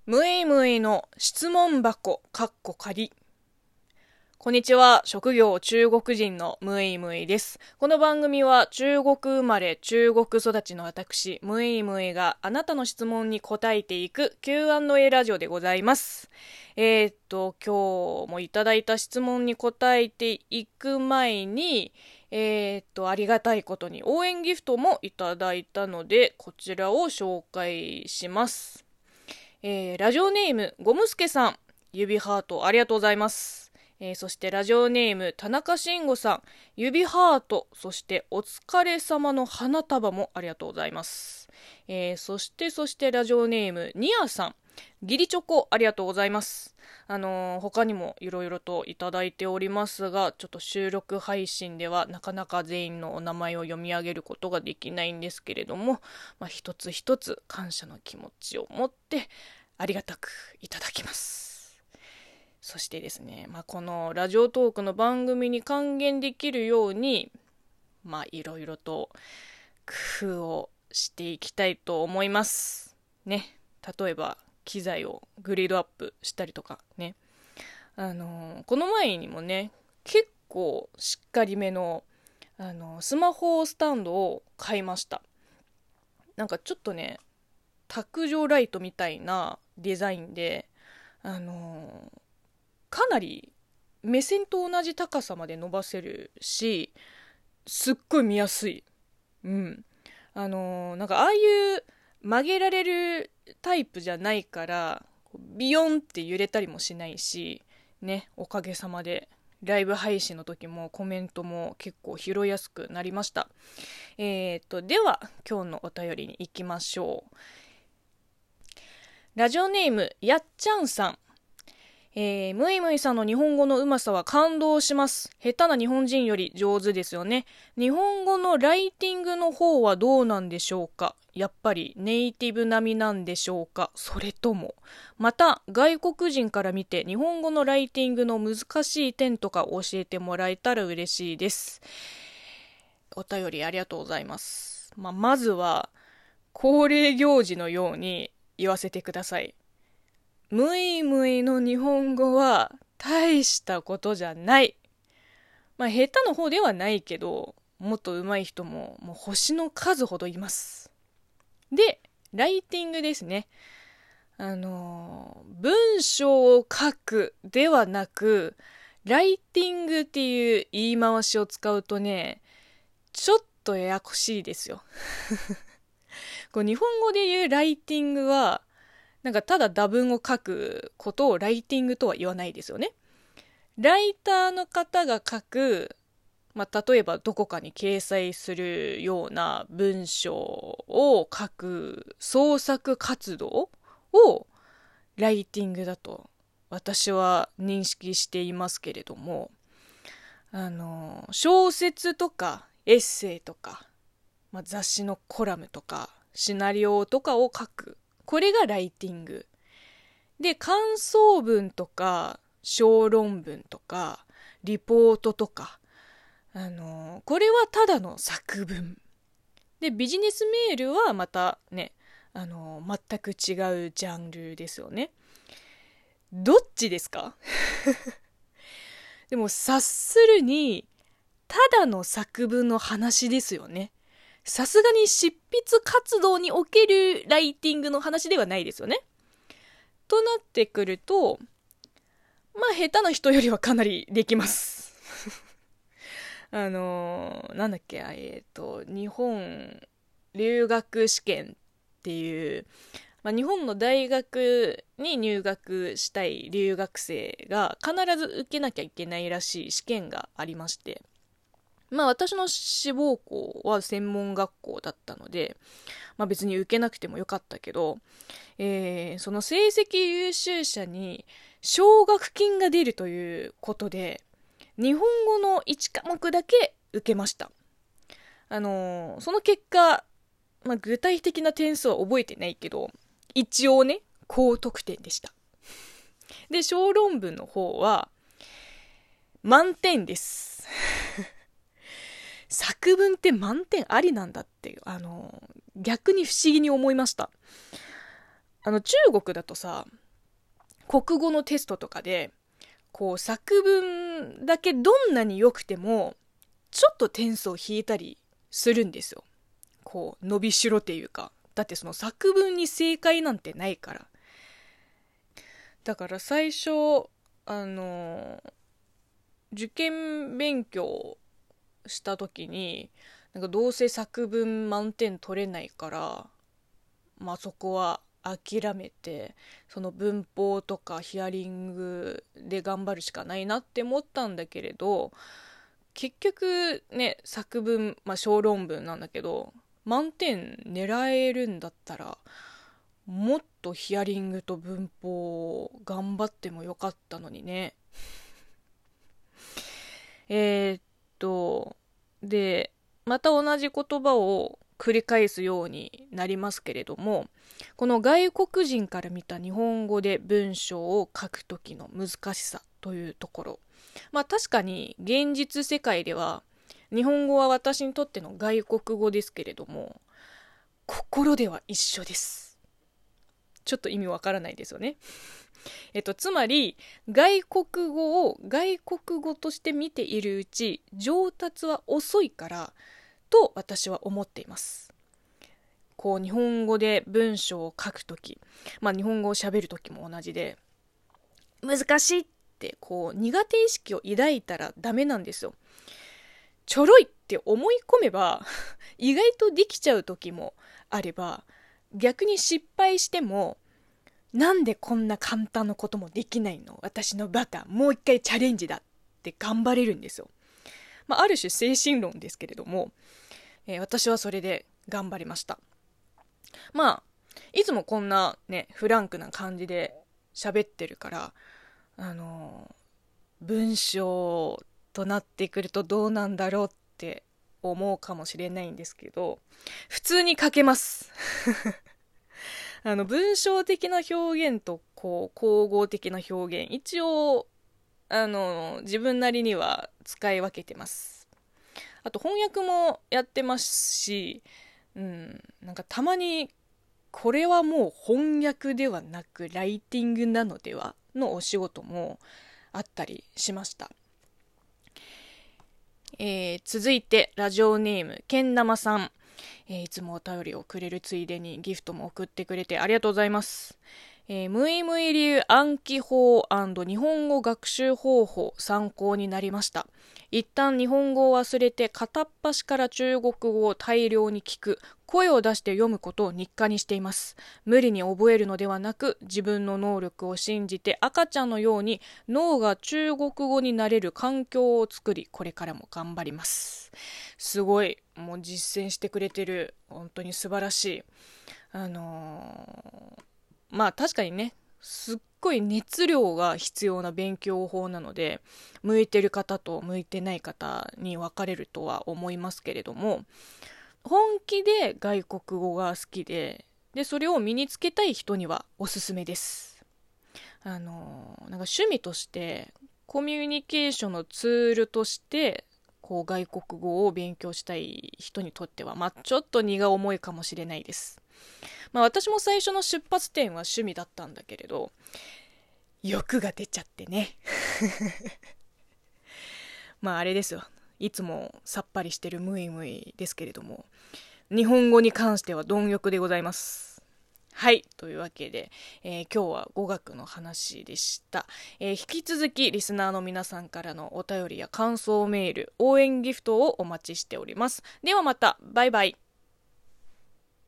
むいむいの質問箱仮。こんにちは。職業中国人のむいむいです。この番組は中国生まれ中国育ちの私むいむいがあなたの質問に答えていく Q&A ラジオでございます。今日もいただいた質問に答えていく前にありがたいことに応援ギフトもいただいたのでこちらを紹介します。ラジオネームゴムスケさん、指ハートありがとうございます。そしてラジオネーム田中慎吾さん、指ハート、そしてお疲れ様の花束もありがとうございます。そしてラジオネームニアさん、ギリチョコありがとうございます。他にもいろいろといただいておりますが、ちょっと収録配信ではなかなか全員のお名前を読み上げることができないんですけれども、一つ一つ感謝の気持ちを持ってありがたくいただきます。そしてですね、このラジオトークの番組に還元できるように、いろいろと工夫をしていきたいと思います。ね。例えば、機材をグレードアップしたりとかね。この前にもね、結構しっかりめの、スマホスタンドを買いました。なんかちょっとね、卓上ライトみたいなデザインで、かなり目線と同じ高さまで伸ばせるし、すっごい見やすい。うん。なんかああいう曲げられるタイプじゃないから、ビヨンって揺れたりもしないし、ね、おかげさまでライブ配信の時もコメントも結構拾いやすくなりました。では今日のお便りに行きましょう。ラジオネームやっちゃんさん、むいむいさんの日本語のうまさは感動します。下手な日本人より上手ですよね。日本語のライティングの方はどうなんでしょうか。やっぱりネイティブ並みなんでしょうか。それとも。また、外国人から見て日本語のライティングの難しい点とか教えてもらえたら嬉しいです。お便りありがとうございます。まずは、恒例行事のように言わせてください。むいむいの日本語は大したことじゃない。下手の方ではないけど、もっと上手い人ももう星の数ほどいます。で、ライティングですね。文章を書くではなく、ライティングっていう言い回しを使うとね、ちょっとややこしいですよ。こう日本語で言うライティングは、なんかただ打文を書くことをライティングとは言わないですよね。ライターの方が書く、例えばどこかに掲載するような文章を書く創作活動をライティングだと私は認識していますけれども、小説とかエッセイとか、雑誌のコラムとかシナリオとかを書く。これがライティング。で、感想文とか、小論文とか、リポートとか、これはただの作文。で、ビジネスメールはまたね、全く違うジャンルですよね。どっちですか？でも、察するに、ただの作文の話ですよね。さすがに執筆活動におけるライティングの話ではないですよね。となってくると、下手な人よりはかなりできます。なんだっけ、日本留学試験っていう、日本の大学に入学したい留学生が必ず受けなきゃいけないらしい試験がありまして、私の志望校は専門学校だったので、別に受けなくてもよかったけど、その成績優秀者に奨学金が出るということで、日本語の1科目だけ受けました。その結果、具体的な点数は覚えてないけど、一応ね、高得点でした。で、小論文の方は、満点です。作文って満点ありなんだって、逆に不思議に思いました。 中国だとさ、国語のテストとかで、こう作文だけどんなに良くても、ちょっと点数を引いたりするんですよ。こう、伸びしろっていうか。だってその作文に正解なんてないから。だから最初、受験勉強した時に、なんかどうせ作文満点取れないから、まあそこは諦めて、その文法とかヒアリングで頑張るしかないなって思ったんだけれど、結局ね、作文、まあ小論文なんだけど、満点狙えるんだったら、もっとヒアリングと文法を頑張ってもよかったのにね。で、また同じ言葉を繰り返すようになりますけれども、この外国人から見た日本語で文章を書くときの難しさというところ。まあ確かに現実世界では日本語は私にとっての外国語ですけれども、心では一緒です。ちょっと意味わからないですよね。つまり外国語を外国語として見ているうち上達は遅いからと私は思っています。こう日本語で文章を書くとき、まあ日本語を喋るときも同じで、難しいってこう苦手意識を抱いたらダメなんですよ。ちょろいって思い込めば意外とできちゃう時もあれば、逆に失敗しても、なんでこんな簡単なこともできないの、私のバカ、もう一回チャレンジだって頑張れるんですよ。まあ、ある種精神論ですけれども、私はそれで頑張りました。まあいつもこんなねフランクな感じで喋ってるから、文章となってくるとどうなんだろうって思うかもしれないんですけど、普通に書けます文章的な表現とこう口語的な表現、一応自分なりには使い分けてます。あと翻訳もやってますし、なんかたまにこれはもう翻訳ではなくライティングなのではのお仕事もあったりしました。続いてラジオネームけんなまさん、いつもお便りをくれるついでにギフトも送ってくれてありがとうございます。むいむい流暗記法&日本語学習方法参考になりました。一旦日本語を忘れて片っ端から中国語を大量に聞く、声を出して読むことを日課にしています。無理に覚えるのではなく、自分の能力を信じて赤ちゃんのように脳が中国語になれる環境を作り、これからも頑張ります。すごい、もう実践してくれてる。本当に素晴らしい。まあ確かにね、すっごい熱量が必要な勉強法なので、向いてる方と向いてない方に分かれるとは思いますけれども、本気で外国語が好きで、それを身につけたい人にはおすすめです。なんか趣味としてコミュニケーションのツールとしてこう外国語を勉強したい人にとっては、まあちょっと荷が重いかもしれないです。まあ私も最初の出発点は趣味だったんだけれど、欲が出ちゃってねまああれですよ、いつもさっぱりしてるムイムイですけれども、日本語に関しては貪欲でございます。はい。というわけで、今日は語学の話でした。引き続きリスナーの皆さんからのお便りや感想メール、応援ギフトをお待ちしております。ではまた、バイバイ。